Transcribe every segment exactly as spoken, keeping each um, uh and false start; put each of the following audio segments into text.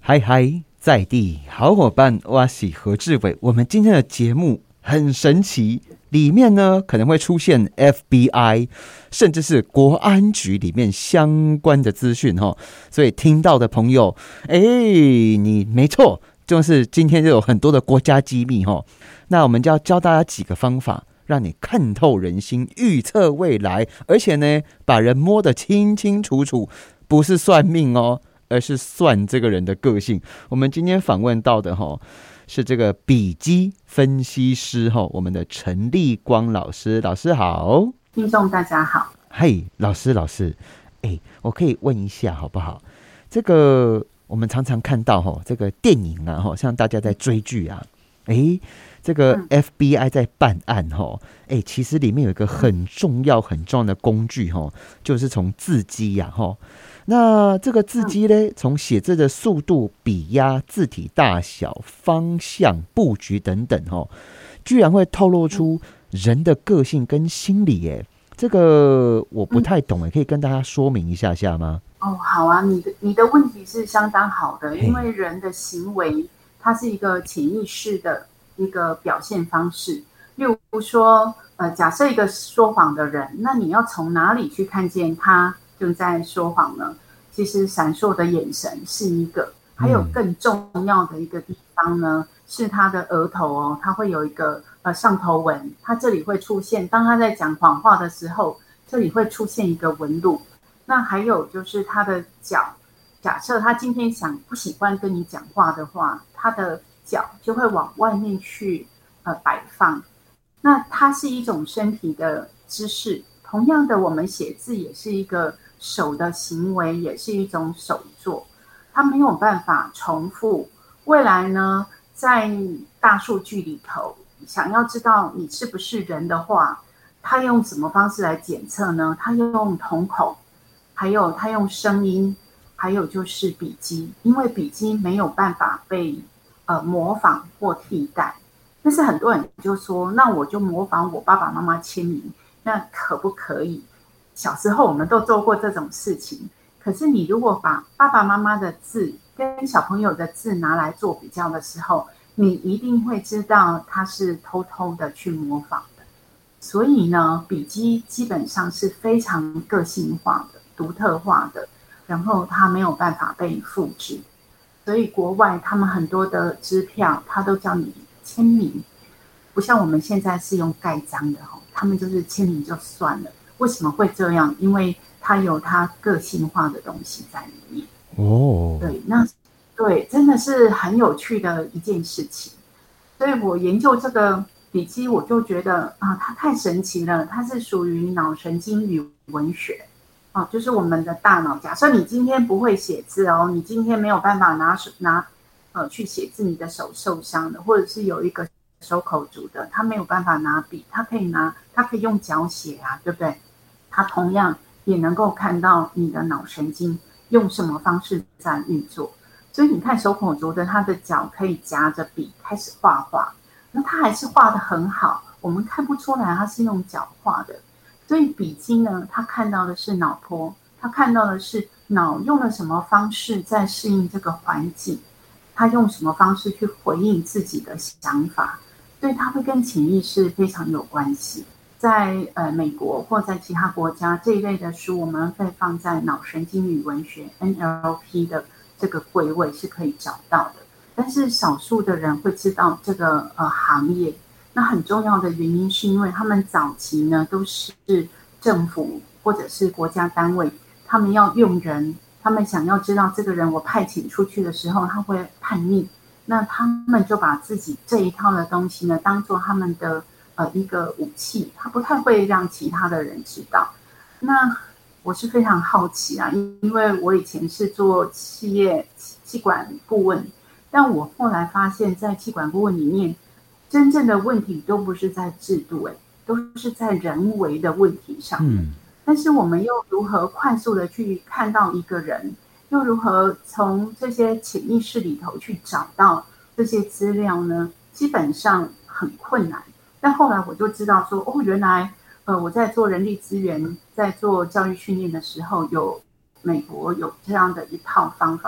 嗨嗨，在地好伙伴，我是何志伟。我们今天的节目很神奇，里面呢可能会出现 F B I 甚至是国安局里面相关的资讯，所以听到的朋友，哎，你没错，就是今天就有很多的国家机密。那我们就要教大家几个方法，让你看透人心，预测未来，而且呢把人摸得清清楚楚，不是算命哦，而是算这个人的个性。我们今天访问到的齁是这个笔迹分析师齁，我们的陈立光老师。老师好。 听众大家好。 嘿，老师老师，哎，我可以问一下好不好？这个我们常常看到齁，这个电影啊齁，像大家在追剧啊，哎，这个 F B I 在办案齁，哎，其实里面有一个很重要很重要的工具齁，就是从字迹呀齁。那这个字迹呢，从写字的速度、笔压、字体大小、方向、布局等等，哦，居然会透露出人的个性跟心理耶。这个我不太懂耶，可以跟大家说明一下下吗？ 哦，好啊，你的你的问题是相当好的，因为人的行为它是一个潜意识的一个表现方式。例如说，呃，假设一个说谎的人，那你要从哪里去看见他正在说谎呢？其实闪烁的眼神是一个，还有更重要的一个地方呢，是他的额头哦，他会有一个呃上头纹，他这里会出现，当他在讲谎话的时候，这里会出现一个纹路。那还有就是他的脚，假设他今天想不喜欢跟你讲话的话，他的脚就会往外面去呃摆放。那它是一种身体的姿势，同样的，我们写字也是一个手的行为，也是一种手作，它没有办法重复。未来呢，在大数据里头，想要知道你是不是人的话，他用什么方式来检测呢？他用瞳孔，还有他用声音，还有就是笔迹，因为笔迹没有办法被呃模仿或替代。但是很多人就说，那我就模仿我爸爸妈妈签名，那可不可以？小时候我们都做过这种事情，可是你如果把爸爸妈妈的字跟小朋友的字拿来做比较的时候，你一定会知道他是偷偷的去模仿的。所以呢，笔迹基本上是非常个性化的、独特化的，然后它没有办法被复制。所以国外他们很多的支票，他都叫你签名，不像我们现在是用盖章的，他们就是签名就算了。为什么会这样？因为它有它个性化的东西在里面。 哦， 对，那对，真的是很有趣的一件事情。所以我研究这个笔迹，我就觉得啊，它太神奇了。它是属于脑神经与文学，啊，就是我们的大脑。假设你今天不会写字哦，你今天没有办法拿手拿呃去写字，你的手受伤了，或者是有一个手口足的，他没有办法拿笔，他可以拿，他可以用脚写啊，对不对？他同样也能够看到你的脑神经用什么方式在运作。所以你看手口足的，他的脚可以夹着笔开始画画，那他还是画得很好，我们看不出来他是用脚画的。所以笔迹呢，他看到的是脑波，他看到的是脑用了什么方式在适应这个环境，他用什么方式去回应自己的想法，所以他会跟潜意识非常有关系。在呃美国或在其他国家，这一类的书我们会放在脑神经与文学 N L P 的这个柜位是可以找到的。但是少数的人会知道这个呃行业，那很重要的原因是因为他们早期呢都是政府或者是国家单位，他们要用人，他们想要知道这个人我派遣出去的时候他会叛逆，那他们就把自己这一套的东西呢当做他们的呃一个武器，他不太会让其他的人知道。那我是非常好奇啊，因为我以前是做企业企管顾问，但我后来发现在企管顾问里面，真正的问题都不是在制度，欸，都是在人为的问题上面。嗯，但是我们又如何快速的去看到一个人，又如何从这些潜意识里头去找到这些资料呢？基本上很困难。但后来我就知道说，哦，原来呃我在做人力资源，在做教育训练的时候，有美国有这样的一套方法。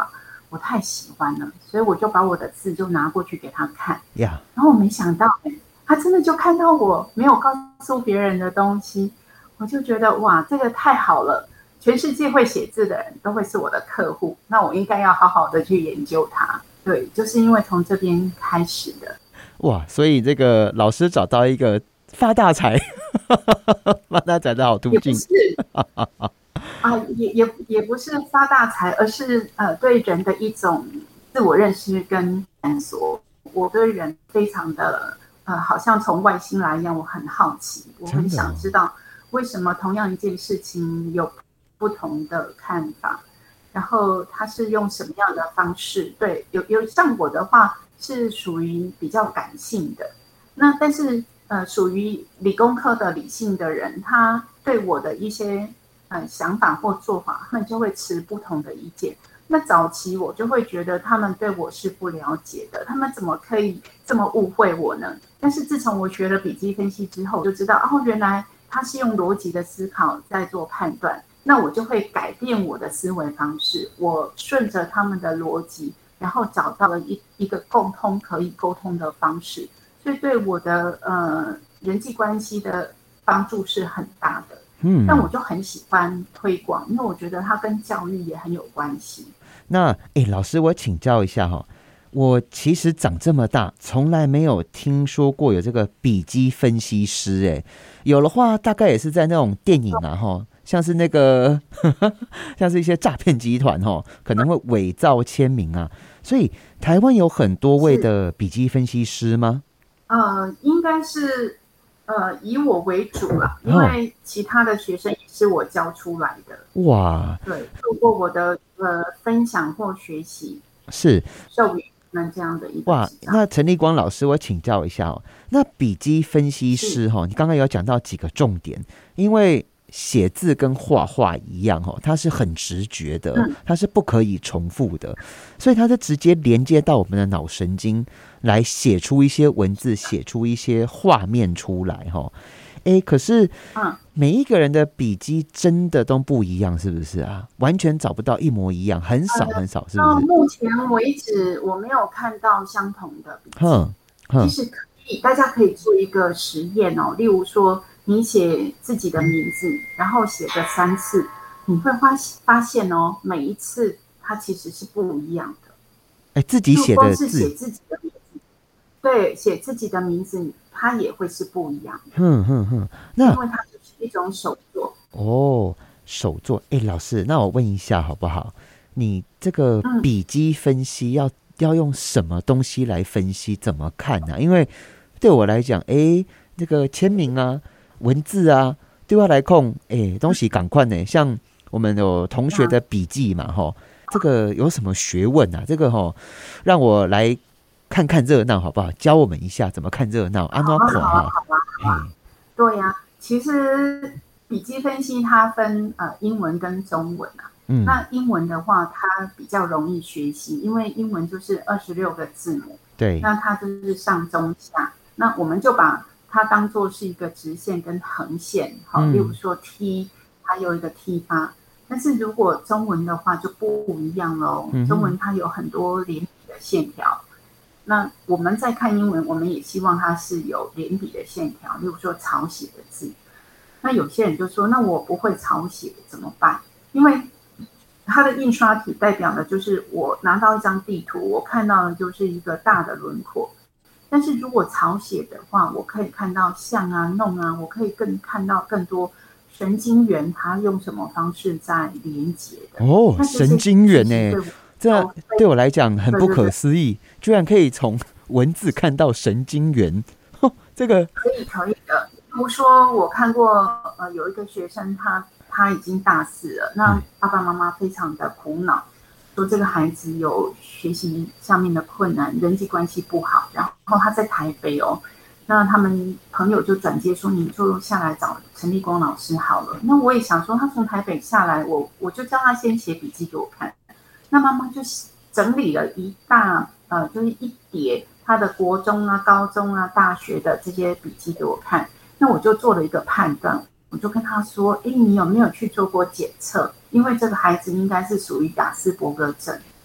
我太喜欢了，所以我就把我的字就拿过去给他看。 Yeah. 然后我没想到，他真的就看到我没有告诉别人的东西，我就觉得哇，这个太好了，全世界会写字的人都会是我的客户，那我应该要好好的去研究它。对，就是因为从这边开始的。 哇，所以这个老师找到一个发大财发大财的好途径。 也不是啊，也也也不是发大财，而是呃对人的一种自我认识跟探索。我对人非常的呃，好像从外星来一样，我很好奇，我很想知道为什么同样一件事情有不同的看法，然后他是用什么样的方式。对，有有像我的话是属于比较感性的，那但是呃属于理工科的理性的人，他对我的一些呃想法或做法，他们就会持不同的意见。那早期我就会觉得他们对我是不了解的，他们怎么可以这么误会我呢？但是自从我学了笔迹分析之后，我就知道哦，原来他是用逻辑的思考在做判断，那我就会改变我的思维方式，我顺着他们的逻辑，然后找到了一一个共通可以沟通的方式，所以对我的呃人际关系的帮助是很大的。嗯，但我就很喜欢推广，因为我觉得它跟教育也很有关系。 那哎，老师，我请教一下哈，我其实长这么大，从来没有听说过有这个笔迹分析师，哎，有的话大概也是在那种电影啊，哈，像是那个呵呵像是一些诈骗集团哈，可能会伪造签名啊，所以台湾有很多位的笔迹分析师吗？ 呃，应该是。呃，以我为主啦，因为其他的学生也是我教出来的。哇，对，透过我的呃分享或学习，是授予那这样的一个。哇， 那陈立光老师，我请教一下哦，那笔迹分析师哈，你刚刚有讲到几个重点，因为写字跟画画一样哦，它是很直觉的，嗯、它是不可以重复的，所以它是直接连接到我们的脑神经。来写出一些文字，写出一些画面出来哈，哎，可是每一个人的笔迹真的都不一样，是不是啊？完全找不到一模一样，很少很少，是不是？ 到目前为止，我没有看到相同的笔迹。其实可以，大家可以做一个实验哦，例如说，你写自己的名字，然后写个三次，你会发发现哦，每一次它其实是不一样的。 哎，自己写的字， 光是写自己的名字。对，写自己的名字，它也会是不一样的。 嗯嗯嗯，那因为它就是一种手作。 哦，手作。哎，老师，那我问一下好不好？你这个笔迹分析要、嗯、要用什么东西来分析？怎么看呢、啊？因为对我来讲，哎，这个签名啊、文字啊，对我来讲，哎，东西赶快呢。像我们有同学的笔记嘛，哈、嗯，这个有什么学问啊？这个哈，让我来。看看热闹好不好？教我们一下怎么看热闹。安怎看哈？好啊，好啊。对呀、啊，其实笔迹分析它分呃英文跟中文啊。嗯。那英文的话，它比较容易学习，因为英文就是二十六个字母。对。那它就是上中下，那我们就把它当作是一个直线跟横线，好、嗯，例如说 T， 它有一个 T 发。但是如果中文的话就不一样喽、嗯。中文它有很多连笔的线条。那我们在看英文，我们也希望它是有连笔的线条，例如说草写的字。那有些人就说，那我不会草写怎么办？因为它的印刷体代表的就是我拿到一张地图，我看到的就是一个大的轮廓。但是如果草写的话，我可以看到像啊、弄啊，我可以更看到更多神经元它用什么方式在连接的。 哦，神经元呢、欸？这对我来讲很不可思议，对对对，居然可以从文字看到神经元。这个可以可以的。比如说，我看过呃有一个学生他，他他已经大四了，那爸爸妈妈非常的苦恼，说这个孩子有学习上面的困难，人际关系不好，然后他在台北哦，那他们朋友就转接说，你就下来找陈立光老师好了。那我也想说，他从台北下来，我我就叫他先写笔记给我看。那妈妈就整理了一大呃，就是一叠他的国中啊、高中啊、大学的这些笔记给我看。那我就做了一个判断，我就跟他说：“哎，你有没有去做过检测？因为这个孩子应该是属于亚斯伯格症。”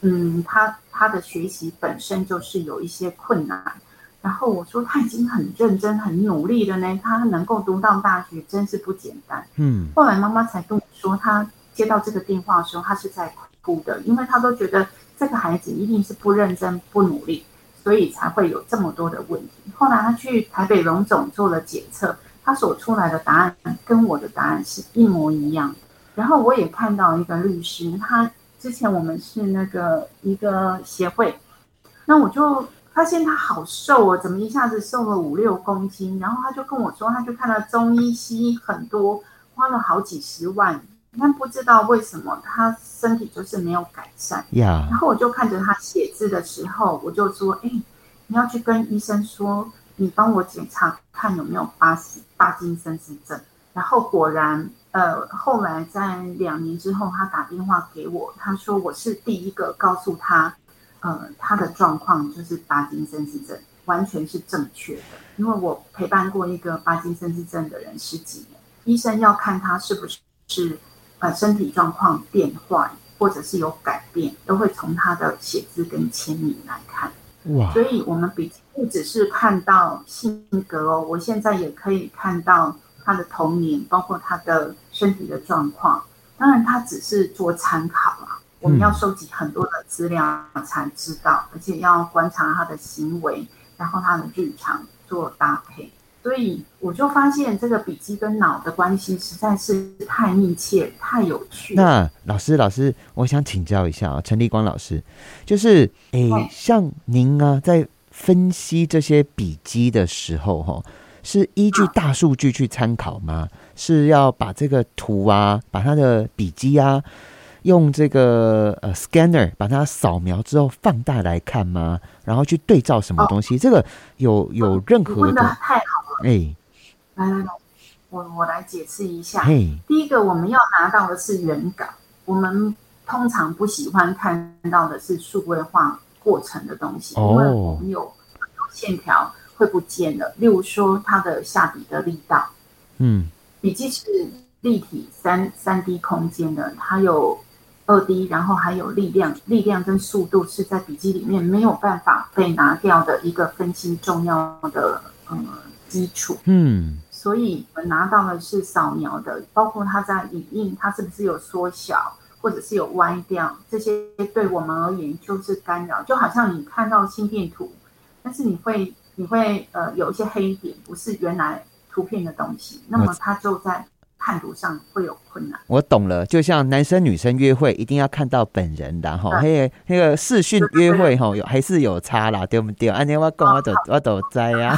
嗯，他他的学习本身就是有一些困难。然后我说他已经很认真、很努力了呢，他能够读到大学真是不简单。嗯，后来妈妈才跟我说，他接到这个电话的时候，他是在哭的，因为他都觉得这个孩子一定是不认真、不努力，所以才会有这么多的问题。后来他去台北荣总做了检测，他所出来的答案跟我的答案是一模一样。然后我也看到一个律师，他之前我们是那个一个协会，那我就发现他好瘦哦，怎么一下子瘦了五六公斤？然后他就跟我说，他就看了中医西医很多，花了好几十万，但不知道为什么他身体就是没有改善。Yeah. 然后我就看着他写字的时候，我就说：“哎，你要去跟医生说，你帮我检查看有没有巴巴金森氏症。”然后果然，呃，后来在两年之后，他打电话给我，他说我是第一个告诉他。呃，他的状况就是巴金森氏症，完全是正确的。因为我陪伴过一个巴金森氏症的人十几年，医生要看他是不是呃身体状况变坏，或者是有改变，都会从他的写字跟签名来看。哇！所以我们比不只是看到性格哦，我现在也可以看到他的童年，包括他的身体的状况。当然，他只是做参考啊。我们要收集很多的资料才知道，而且要观察他的行为，然后他的日常做搭配。所以我就发现这个笔记跟脑的关系实在是太密切、太有趣了。 那老师，老师，我想请教一下啊，陈立光老师，就是诶，像您啊，在分析这些笔记的时候，哈，是依据大数据去参考吗？是要把这个图啊，把他的笔记啊。用这个呃 scanner 把它扫描之后放大来看吗？然后去对照什么东西？哦、这个有有任何的？ 问得太好了！ 哎， 来来来，我我来解释一下。第一个，我们要拿到的是原稿，我们通常不喜欢看到的是数位化过程的东西，哦、因为我们有很多线条会不见了。例如说，它的下笔的力道，嗯，笔记是立体三三 D 空间的，它有。二 D， 然后还有力量，力量跟速度是在笔记里面没有办法被拿掉的一个分析重要的呃基础。嗯，所以我们拿到的是扫描的，包括它在影印，它是不是有缩小，或者是有歪掉，这些对我们而言就是干扰。就好像你看到心电图，但是你会你会呃有一些黑点，不是原来图片的东西，那么它就在。判读上会有困难， 我懂了。就像男生女生约会，一定要看到本人的哈。那个那个视讯约会哈，有还是有差啦，对不对？安尼我讲我都我都知呀。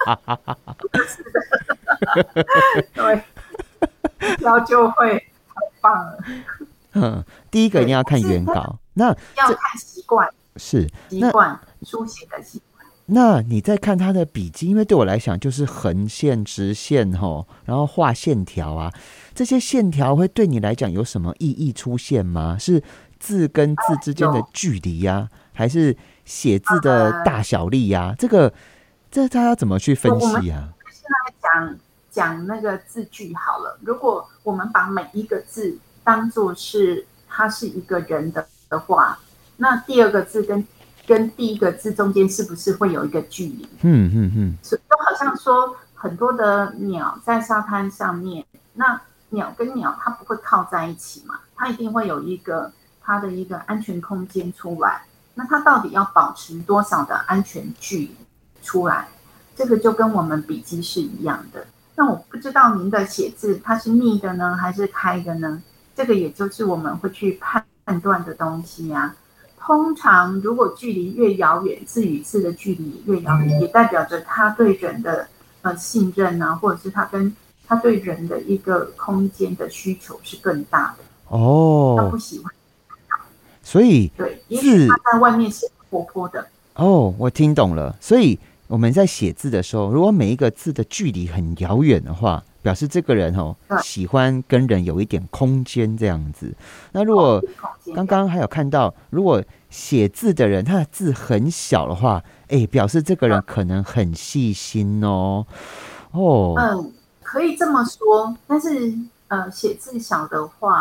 对，然后就会很棒了。 嗯，第一个一定要看原稿，那要看习惯， 是习惯书写的习惯。 那你在看他的笔记，因为对我来讲就是横线、直线齁，然后画线条啊，这些线条会对你来讲有什么意义出现吗？是字跟字之间的距离啊，还是写字的大小力啊？这个，这他要怎么去分析啊？ 现在讲讲那个字句好了。如果我们把每一个字当作是它是一个人的的话，那第二个字跟跟第一个字中间是不是会有一个距离？嗯嗯嗯，就好像说很多的鸟在沙滩上面，那鸟跟鸟它不会靠在一起嘛，它一定会有一个它的一个安全空间出来。那它到底要保持多少的安全距离出来？这个就跟我们笔记是一样的。那我不知道您的写字它是密的呢，还是开的呢？这个也就是我们会去判断的东西啊。通常如果距离越遥远，字与字的距离越遥远，也代表着他对人的呃信任啊，或者是他跟他对人的一个空间的需求是更大的哦。他不喜欢， 所以对，也许他在外面是活泼的哦。我听懂了，所以我们在写字的时候，如果每一个字的距离很遥远的话，表示这个人哦喜欢跟人有一点空间这样子。那如果刚刚还有看到，如果写字的人他的字很小的话，哎，表示这个人可能很细心哦。哦， 嗯，可以这么说。但是呃，写字小的话，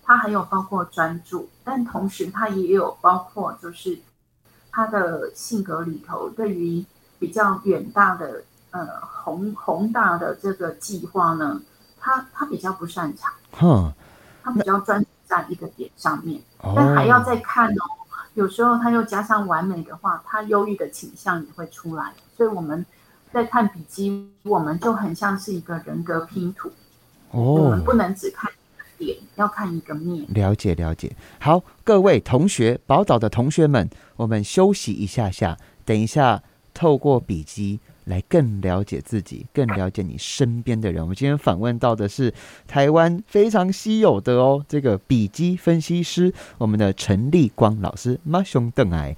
它还有包括专注，但同时它也有包括就是他的性格里头对于比较远大的呃宏宏大的这个计划呢，他他比较不擅长， 哼， 他比较专注在一个点上面， 哦但还要再看哦。有时候他又加上完美的话，他忧郁的倾向也会出来，所以我们在看笔记，我们就很像是一个人格拼图， 哦， 我们不能只看一个点，要看一个面。 了解了解。好，各位同学，宝岛的同学们，我们休息一下下，等一下透过笔记来更了解自己，更了解你身边的人。我们今天访问到的是台湾非常稀有的哦，这个笔记分析师，我们的陈立光老师，马兄邓来。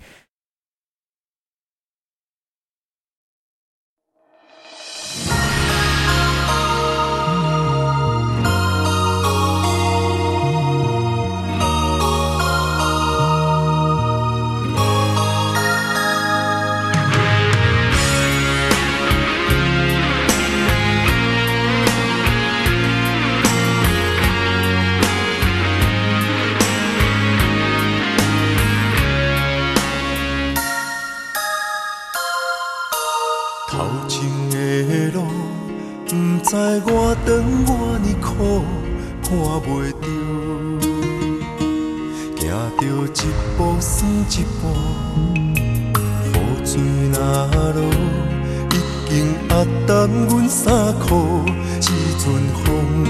知我长我呢苦，看袂着，行着一步算一步，雨水若落，已经压淡阮衫裤，是阵风，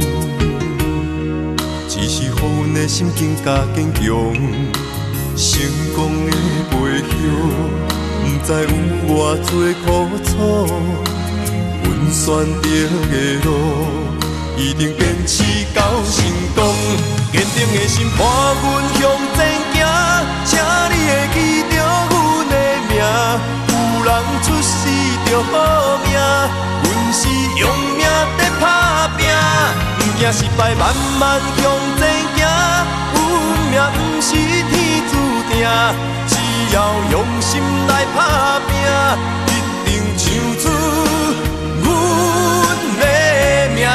只是予阮的心更加坚强，成功的背后，不知有偌多苦楚。阮选择的路，一定坚持到成功。坚定的心伴阮向前行，请你会记着阮的名。有人出世就好命，阮是用命在打拼，不惊失败，慢慢向前行。运命不是天注定，只要用心来打拼，一定唱出阮的名。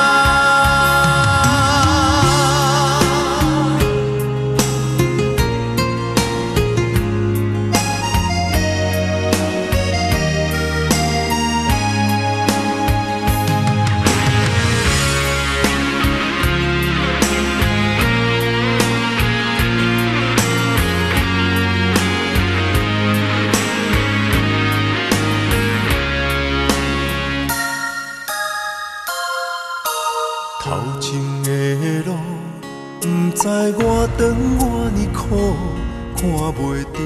知我长我呢苦，看袂着，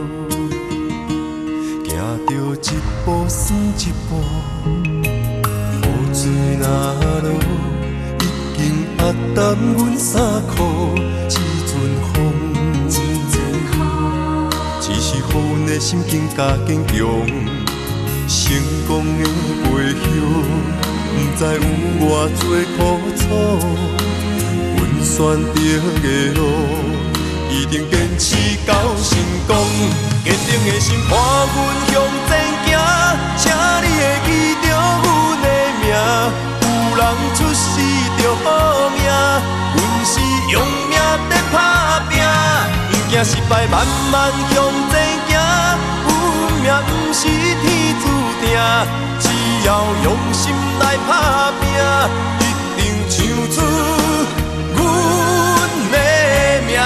行着一步算一步，雨水若落，已经压淡阮衫裤，一阵风，只是予阮的心更加坚强，成功的背后，不知有偌多苦楚。选择的路，一定坚持到成功。坚定的心伴阮向前行，请你会记着阮的名。有人出世就好命，阮是用命在打拼，不惊失败，慢慢向前行。运命不是天注定，只要用心来打拼，一定唱出阮的名。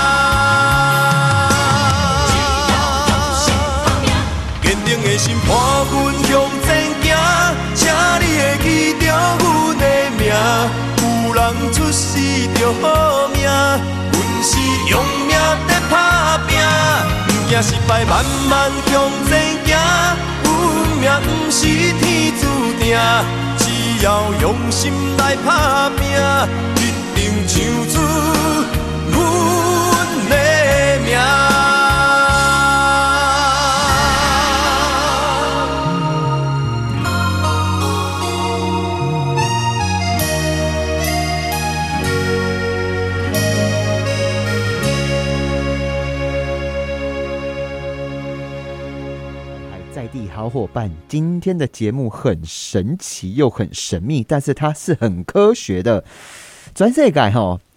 坚定的心伴阮向前行，请你会记着阮的名。有人出世就好命，阮是用命在打拼，不惊失败，慢慢向前行。运命不是天注定，只要用心来打拼，唱出阮的名。 在地好伙伴，今天的节目很神奇又很神秘，但是它是很科学的。全世界吼，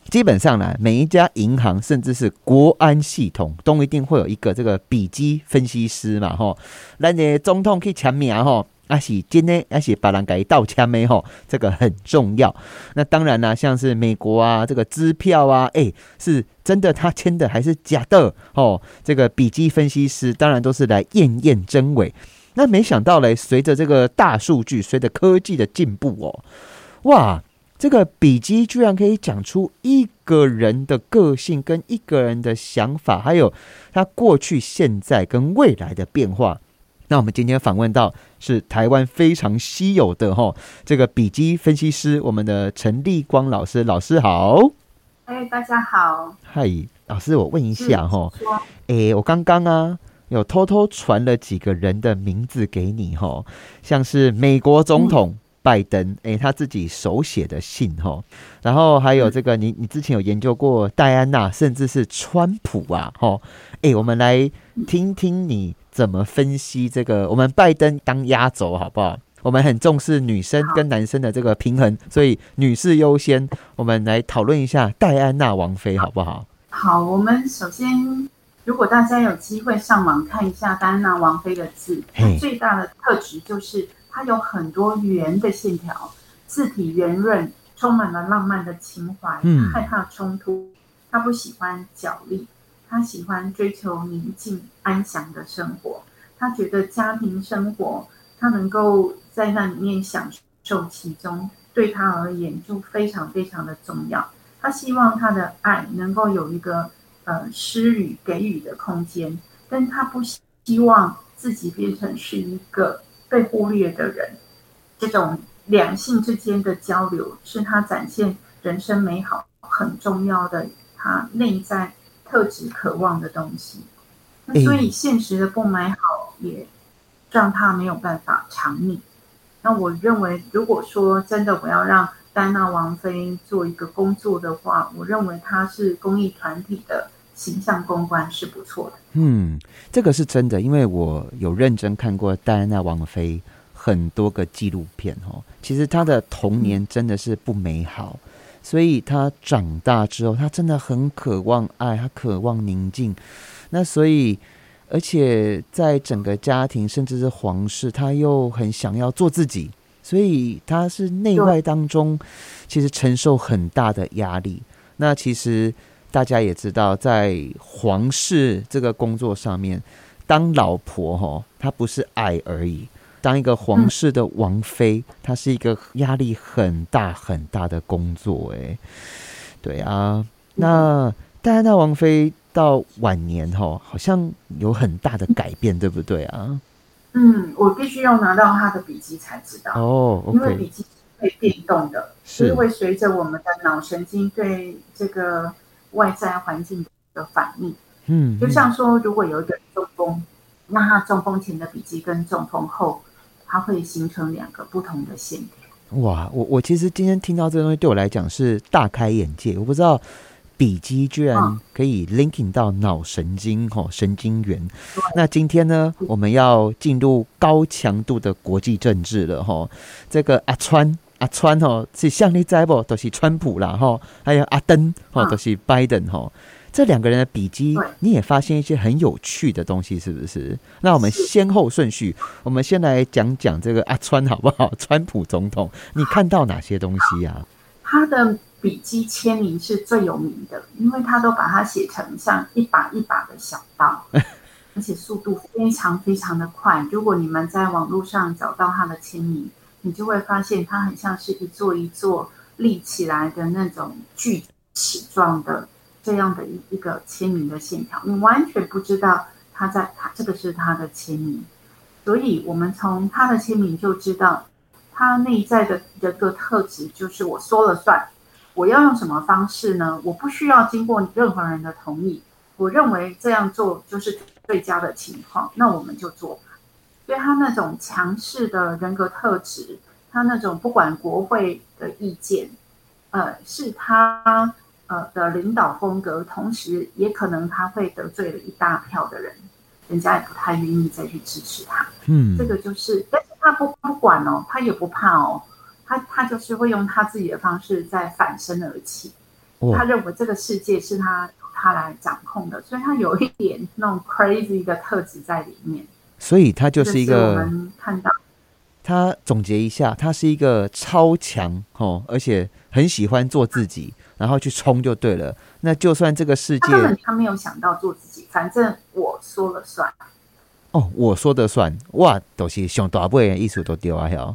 基本上呢，每一家银行甚至是国安系统都一定会有一个这个笔迹分析师嘛，吼，咱的总统去签名吼。啊是真的，啊是别人给倒签的吼，这个很重要。那当然啦，像是美国啊，这个支票啊，哎、欸，是真的他签的还是假的？哦，这个笔迹分析师当然都是来验验真伪。那没想到嘞，随着这个大数据，随着科技的进步哦，哇，这个笔迹居然可以讲出一个人的个性跟一个人的想法，还有他过去、现在跟未来的变化。那我们今天访问到是台湾非常稀有的齁，这个笔迹分析师，我们的陈立光老师，老师好。 哎，大家好。 嗨，老师，我问一下齁，哎，我刚刚啊有偷偷传了几个人的名字给你齁，像是美国总统。嗯拜登，哎，他自己手写的信哈，然后还有这个，你你之前有研究过戴安娜，甚至是川普啊，哈，哎，我们来听听你怎么分析这个，我们拜登当压轴好不好？我们很重视女生跟男生的这个平衡，所以女士优先。我们来讨论一下戴安娜王妃好不好？ 好，我们首先，如果大家有机会上网看一下戴安娜王妃的字，最大的特质就是。它有很多圆的线条，字体圆润，充满了浪漫的情怀。嗯，害怕冲突，他不喜欢角力，他喜欢追求宁静安详的生活。他觉得家庭生活，他能够在那里面享受其中，对他而言就非常非常的重要。他希望他的爱能够有一个呃施予给予的空间，但他不希望自己变成是一个。被忽略的人，这种两性之间的交流是他展现人生美好很重要的，他内在特质渴望的东西。那所以现实的不美好也让他没有办法长命。那我认为，如果说真的我要让戴安娜王妃做一个工作的话，我认为她是公益团体的形象公关是不错的。 嗯，这个是真的，因为我有认真看过戴安娜王妃很多个纪录片哦。其实她的童年真的是不美好，所以她长大之后，她真的很渴望爱，她渴望宁静。那所以，而且在整个家庭，甚至是皇室，她又很想要做自己，所以她是内外当中其实承受很大的压力。那其实。大家也知道，在皇室这个工作上面，当老婆齁，她不是爱而已。当一个皇室的王妃，她是一个压力很大很大的工作。哎，对啊。那戴安娜王妃到晚年齁，好像有很大的改变，对不对啊？ 嗯，我必须要拿到她的笔记才知道哦， okay， 因为笔记是会变动的，是会随着我们的脑神经对这个。外在环境的反应，嗯，就像说，如果有一个人中风，那他中风前的笔记跟中风后，它会形成两个不同的线条。 哇，我我其实今天听到这个东西，对我来讲是大开眼界。我不知道笔记居然可以 linking 到脑神经哦，神经元。那今天呢，我们要进入高强度的国际政治了哈。这个阿川。阿川吼是像你知不？都是川普啦吼，还有阿登吼都是拜登吼。这两个人的笔记，你也发现一些很有趣的东西，是不是？那我们先后顺序，我们先来讲讲这个阿川好不好？川普总统，你看到哪些东西啊？ 他的笔记签名是最有名的，因为他都把它写成像一把一把的小刀，而且速度非常非常的快。如果你们在网络上找到他的签名，你就会发现它很像是一座一座立起来的那种锯齿状的这样的一个签名的线条，你完全不知道他在他这个是他的签名，所以我们从他的签名就知道他内在的人格特质就是我说了算，我要用什么方式呢？我不需要经过任何人的同意，我认为这样做就是最佳的情况，那我们就做。所以他那种强势的人格特质，他那种不管国会的意见，呃，是他呃的领导风格，同时也可能他会得罪了一大票的人，人家也不太愿意再去支持他。嗯，这个就是，但是他不不管哦，他也不怕哦，他他就是会用他自己的方式在反身而起。 他认为这个世界是他他来掌控的，所以他有一点那种 crazy 的特质在里面。 所以他就是一个， 这是我们看到。 他总结一下，他是一个超强哦，而且很喜欢做自己，然后去冲就对了。那就算这个世界， 他根本他没有想到做自己，反正我说了算。 哦，我说的算，哇，都是上大尾的艺术都丢啊！哟，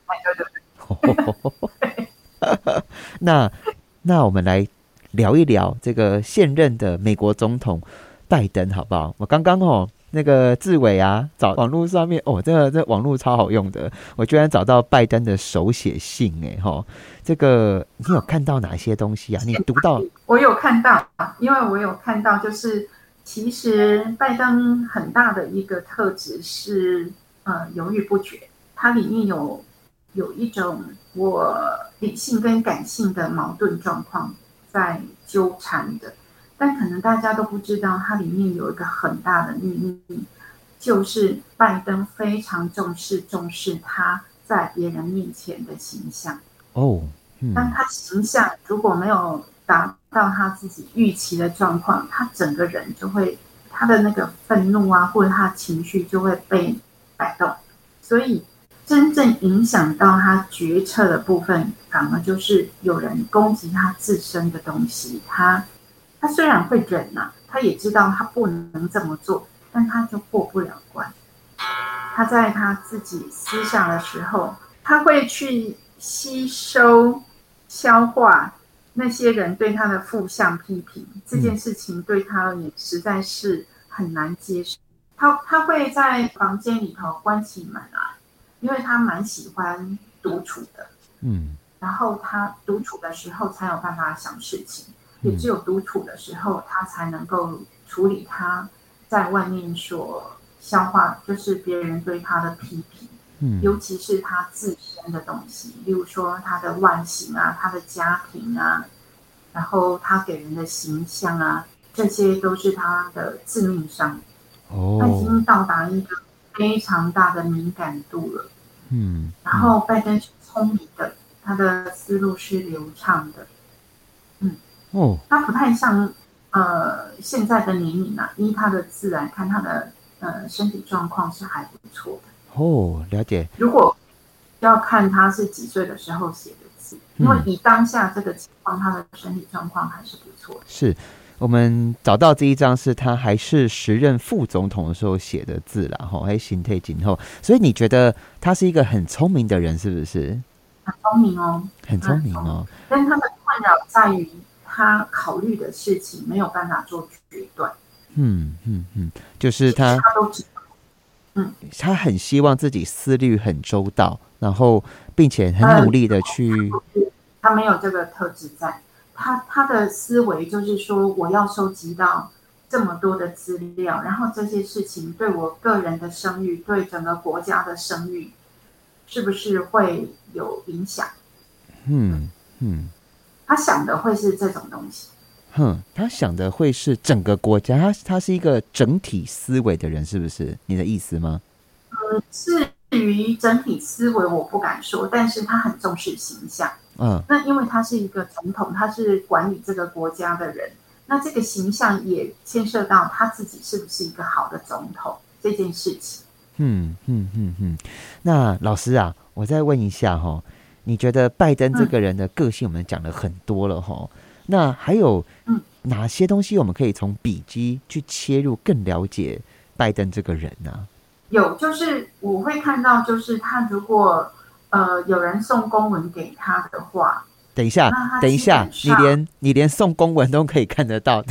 那那我们来聊一聊这个现任的美国总统拜登，好不好？我刚刚哦。那个志伟啊，找网络上面哦，这个这网络超好用的，我居然找到拜登的手写信哎哈，这个你有看到哪些东西啊？你读到？ 我有看到，因为我有看到，就是其实拜登很大的一个特质是呃犹豫不决，它里面有有一种我理性跟感性的矛盾状况在纠缠的。但可能大家都不知道，它里面有一个很大的秘密，就是拜登非常重视重视他在别人面前的形象。 哦，嗯， 当他形象如果没有达到他自己预期的状况，他整个人就会，他的那个愤怒啊，或者他的情绪就会被摆动。所以真正影响到他决策的部分，反而就是有人攻击他自身的东西，他。他虽然会忍啊，他也知道他不能这么做，但他就过不了关。他在他自己私下的时候，他会去吸收、消化那些人对他的负向批评。这件事情对他而言实在是很难接受。他他会在房间里头关起门来，因为他蛮喜欢独处的。嗯，然后他独处的时候才有办法想事情。也只有独处的时候，他才能够处理他在外面所消化，就是别人对他的批评，嗯，尤其是他自身的东西，例如说他的外形啊，他的家庭啊，然后他给人的形象啊，这些都是他的致命伤。哦，他已经到达一个非常大的敏感度了。嗯，然后拜登是聪明的，他的思路是流畅的。嗯。哦，他不太像呃现在的年龄啊，依他的自然看，他的呃身体状况是还不错的。 哦，了解。 如果要看他是几岁的时候写的字，因为以当下这个情况，他的身体状况还是不错的。 是我们找到这一张是他还是时任副总统的时候写的字啦，哈，还心退今后，所以你觉得他是一个很聪明的人，是不是？ 很聪明哦， 很聪明哦。 但他的困扰在于。他考虑的事情没有办法做决断，嗯嗯嗯，就是他， 他都知道， 嗯，他很希望自己思虑很周到，然后并且很努力的去， 呃、他没有这个特质在，他他的思维就是说，我要收集到这么多的资料，然后这些事情对我个人的声誉，对整个国家的声誉，是不是会有影响？嗯嗯。他想的会是这种东西， 哼，他想的会是整个国家，他他是一个整体思维的人，是不是？你的意思吗？ 嗯，至于整体思维我不敢说，但是他很重视形象。嗯，那因为他是一个总统，他是管理这个国家的人，那这个形象也牵涉到他自己是不是一个好的总统这件事情。嗯嗯嗯嗯，那老师啊，我再问一下哈。你觉得拜登这个人的个性我们讲了很多了齁、嗯、那还有哪些东西我们可以从笔迹去切入更了解拜登这个人呢、啊？ 有，就是我会看到，就是他如果呃有人送公文给他的话， 等一下，等一下，你连你连送公文都可以看得到，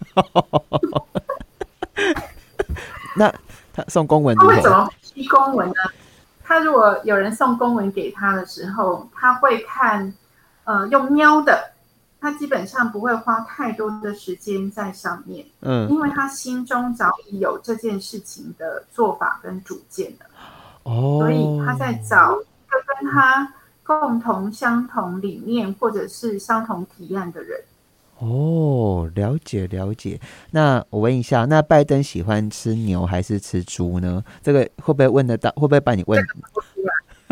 那他送公文他会怎么批公文呢？他如果有人送公文给他的时候，他会看，呃，用瞄的，他基本上不会花太多的时间在上面，嗯，因为他心中早已有这件事情的做法跟主见了，哦，所以他在找一个跟他共同相同理念或者是相同提案的人。 哦，了解了解。那我问一下，那拜登喜欢吃牛还是吃猪呢？这个会不会问得到？会不会把你问？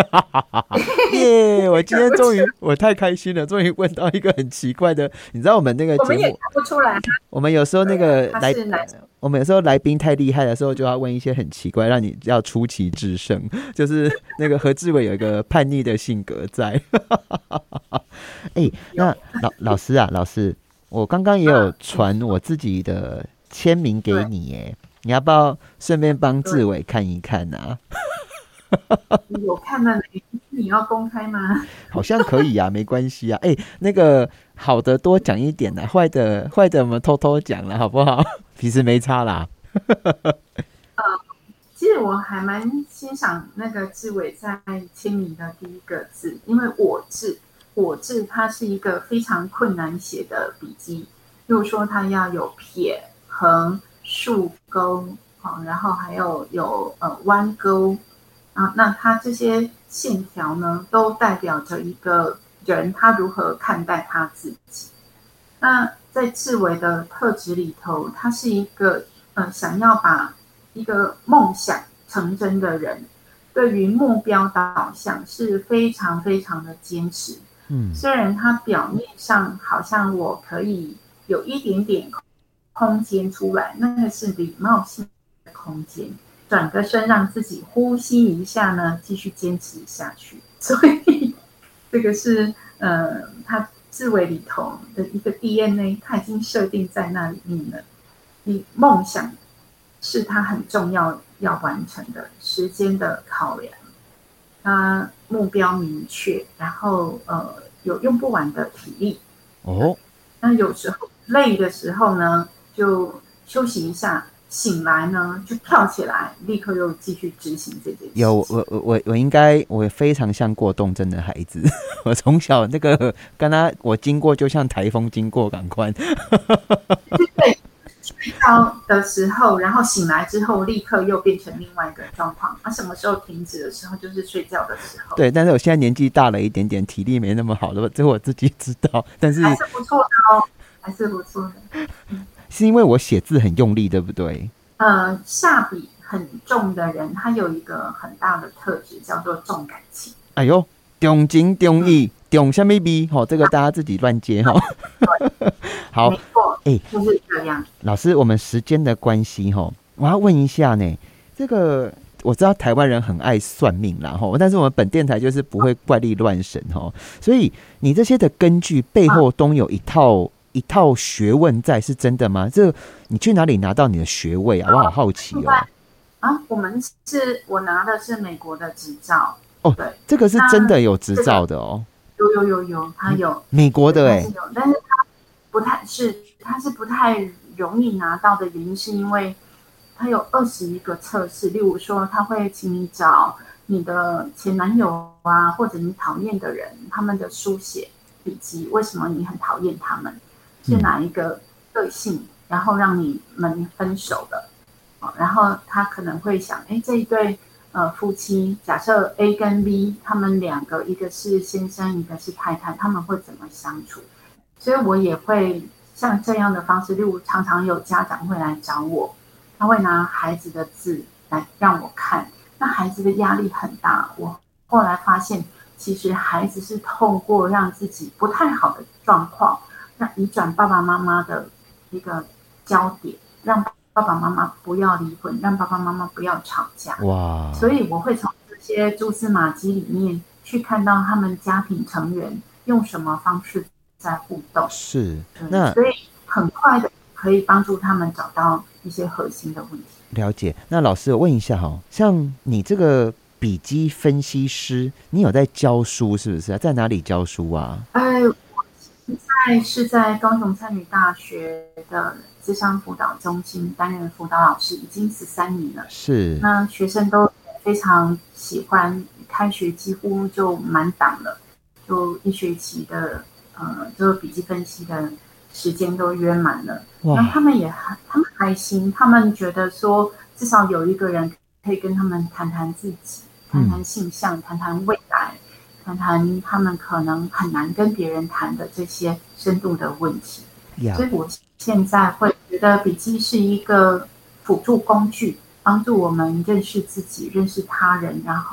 耶！我今天终于，我太开心了，终于问到一个很奇怪的。你知道我们那个节目， 我们也看不出来。 我们有时候那个来， 来我们有时候来宾太厉害的时候，就要问一些很奇怪，让你要出奇制胜。就是那个何志伟有一个叛逆的性格在。哎、欸，那老老师啊，老师，我刚刚也有传我自己的签名给你，哎，你要不要顺便帮志伟看一看啊？ 有看到你，你要公开吗？好像可以啊，没关系啊。哎、欸，那个好的多讲一点啦，坏的坏的我们偷偷讲了，好不好？其实没差啦。 呃，其实我还蛮欣赏那个志伟在签名的第一个字，因为我志，我志它是一个非常困难写的笔记，例如说它要有撇、横、竖钩，哦、然后还有有呃弯钩。啊，那他这些线条呢，都代表着一个人他如何看待他自己。那在志伟的特质里头，他是一个呃想要把一个梦想成真的人，对于目标导向是非常非常的坚持。嗯，虽然他表面上好像我可以有一点点空间出来，那个是礼貌性的空间。转个身让自己呼吸一下呢，继续坚持下去。所以这个是呃，他志伟里头的一个 D N A， 他已经设定在那里面了。你梦想是他很重要要完成的，时间的考量，他目标明确，然后呃有用不完的体力。哦，那有时候累的时候呢，就休息一下。醒来呢，就跳起来，立刻又继续执行这件事情。 有我我我应该我非常像过动症的孩子，我从小那个跟他我经过就像台风经过，赶快。 对，睡觉的时候，然后醒来之后，立刻又变成另外一个状况。那、啊、什么时候停止的时候，就是睡觉的时候。 对，但是我现在年纪大了一点点，体力没那么好了，这我自己知道。但是还是不错的哦，还是不错的。嗯， 是因为我写字很用力，对不对？ 呃，下笔很重的人，他有一个很大的特质，叫做重感情。 哎呦，重情重义，重什么笔？哦，这个大家自己乱接哈。好， 没错，哎、欸，就是这样。 老师，我们时间的关系哈，我要问一下呢，这个我知道台湾人很爱算命啦哈，但是我们本电台就是不会怪力乱神哈，所以你这些的根据背后都有一套。一套学问在，是真的吗？这你去哪里拿到你的学位啊？我好好奇哦。 啊，我们是我拿的是美国的执照哦，对，这个是真的有执照的哦。 有有有有，他有、嗯、 美国的哎， 但是他不太是，他是不太容易拿到的原因，是因为他有二十一个测试，例如说他会请你找你的前男友啊，或者你讨厌的人，他们的书写笔记，为什么你很讨厌他们？是哪一个个性，然后让你们分手的？然后他可能会想，哎，这一对呃夫妻，假设 A 跟 B， 他们两个一个是先生，一个是太太，他们会怎么相处？所以我也会像这样的方式，例如常常有家长会来找我，他会拿孩子的字来让我看，那孩子的压力很大。我后来发现，其实孩子是透过让自己不太好的状况。那移转爸爸妈妈的一个焦点，让爸爸妈妈不要离婚，让爸爸妈妈不要吵架。哇！所以我会从这些蛛丝马迹里面去看到他们家庭成员用什么方式在互动。 是，那所以很快的可以帮助他们找到一些核心的问题。 了解。那老师，我问一下哈，像你这个笔迹分析师，你有在教书是不是？在哪里教书啊？ 呃。现在是在高雄参与大学的諮商輔導中心担任輔導老師，已經十三年了。 是， 那學生都非常喜歡，開學幾乎就滿檔了，就一學期的呃，就筆記分析的時間都約滿了。那他們也很他們開心，他們覺得說至少有一個人可以跟他們談談自己，談談性向，嗯、談談未來。談談他們可能很難跟別人談的這些深度的問題， yeah. 所以我現在會覺得筆記是一個輔助工具，幫助我們認識自己、認識他人，然後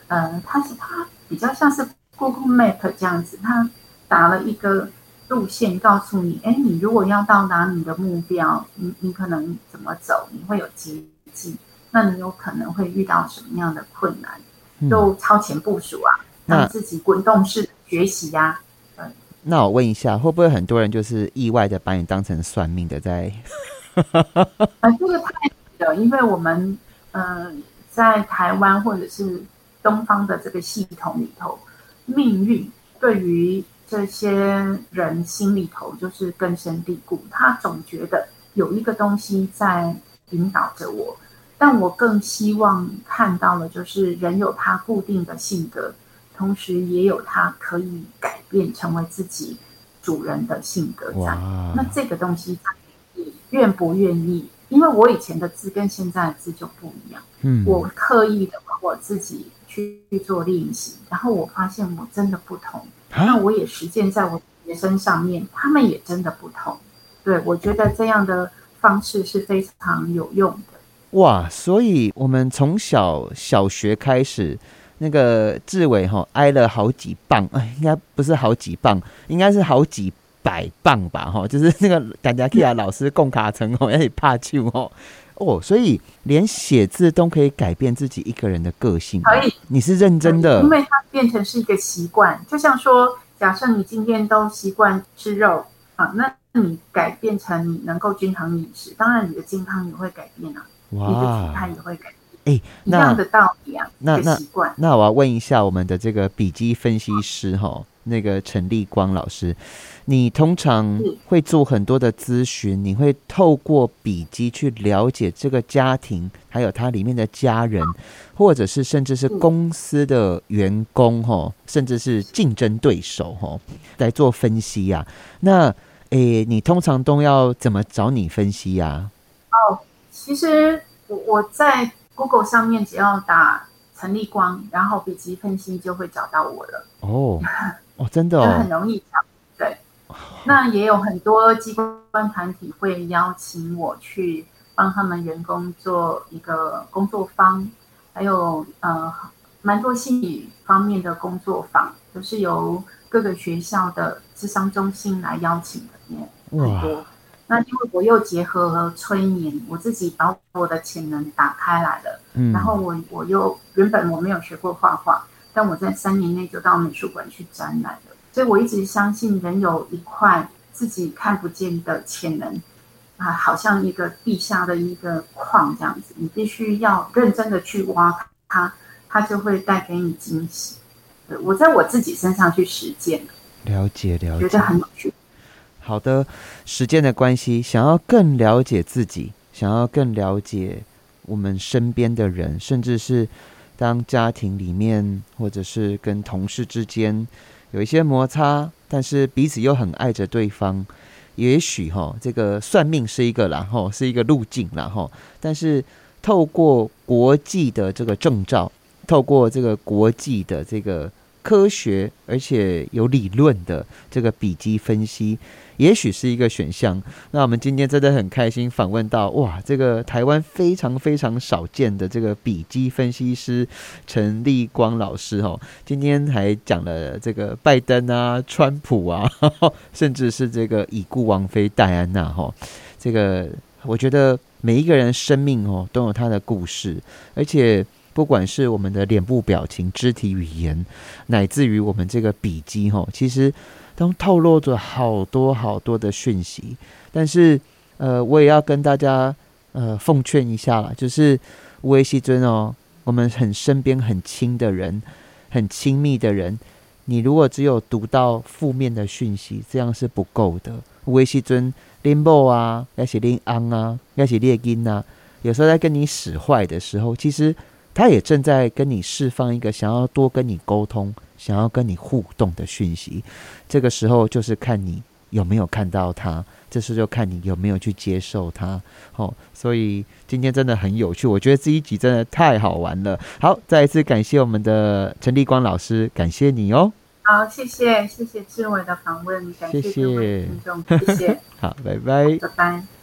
呃，它是它比较像是 Google Map 这样子，它打了一个路线告诉你，哎，你如果要到达你的目标，你你可能怎么走，你会有捷径，那你有可能会遇到什么样的困难，就超前部署啊， 嗯、 让自己滚动式学习呀、啊。 那我问一下，会不会很多人就是意外的把你当成算命的在？ 啊，这个太了，因为我们呃在台湾或者是东方的这个系统里头，命运对于这些人心里头就是根深蒂固，他总觉得有一个东西在引导着我，但我更希望看到的就是人有他固定的性格，同时也有他可以改变成为自己主人的性格在。那这个东西你愿不愿意？因为我以前的字跟现在的字就不一样，嗯，我刻意的我自己去做练习，然后我发现我真的不同，那我也实践在我学生上面，他们也真的不同。对，我觉得这样的方式是非常有用的。 哇，所以我们从小小学开始，那个志伟哈挨了好几棒，应该不是好几棒，应该是好几百棒吧，就是那个大家可以老师供卡层哦，要怕球哦。哦，所以连写字都可以改变自己一个人的个性，可以？你是认真的？ 因为它变成是一个习惯，就像说，假设你今天都习惯吃肉啊，那你改变成你能够均衡饮食，当然你的健康也会改变啊，你的体态也会改变。哎，一样的道理啊， 那那习惯。 那我要问一下我们的这个笔记分析师哈，那个陈立光老师，你通常会做很多的咨询，你会透过笔记去了解这个家庭，还有它里面的家人，或者是甚至是公司的员工哈，甚至是竞争对手哈，来做分析呀、啊。那诶，你通常都要怎么找你分析呀、 啊？哦，其实我我在。Google 上面只要打陈立光，然后笔记分析就会找到我了。 哦，哦，真的哦， 就很容易找。对，那也有很多机关团体会邀请我去帮他们员工做一个工作坊，还有呃蛮多心理方面的工作坊，都是由各个学校的諮商中心来邀请的，也很多。那因为我又结合了催眠，我自己把我的潜能打开来了。嗯，然后我我又原本我没有学过画画，但我在三年内就到美术馆去展览了。所以我一直相信人有一块自己看不见的潜能啊，好像一个地下的一个矿这样子，你必须要认真的去挖它，它就会带给你惊喜。我在我自己身上去实践， 了解了解， 觉得很有趣。 好的，时间的关系，想要更了解自己，想要更了解我们身边的人，甚至是当家庭里面或者是跟同事之间有一些摩擦，但是彼此又很爱着对方，也许齁这个算命是一个啦齁是一个路径啦齁，但是透过国际的这个证照，透过这个国际的这个科学而且有理论的这个笔迹分析，也许是一个选项。那我们今天真的很开心访问到哇，这个台湾非常非常少见的这个笔迹分析师陈立光老师哦，今天还讲了这个拜登啊、川普啊，呵呵甚至是这个已故王妃戴安娜哈。这个我觉得每一个人生命哦都有他的故事，而且不管是我们的脸部表情、肢体语言，乃至于我们这个笔迹齁，其实都透露着好多好多的讯息。但是呃，我也要跟大家呃奉劝一下啦，就是有的时候哦，我们很身边很亲的人、很亲密的人，你如果只有读到负面的讯息，这样是不够的。有的时候恁某啊，还是恁翁啊，还是你的囡啊，有时候在跟你使坏的时候，其实他也正在跟你释放一个想要多跟你沟通、想要跟你互动的讯息。这个时候就是看你有没有看到他，这时候就看你有没有去接受他。哦，所以今天真的很有趣，我觉得这一集真的太好玩了。好，再一次感谢我们的陈立光老师，感谢你哦。 好，谢谢谢谢志伟的访问，感谢各位听众，谢谢。 好，拜拜， 拜拜。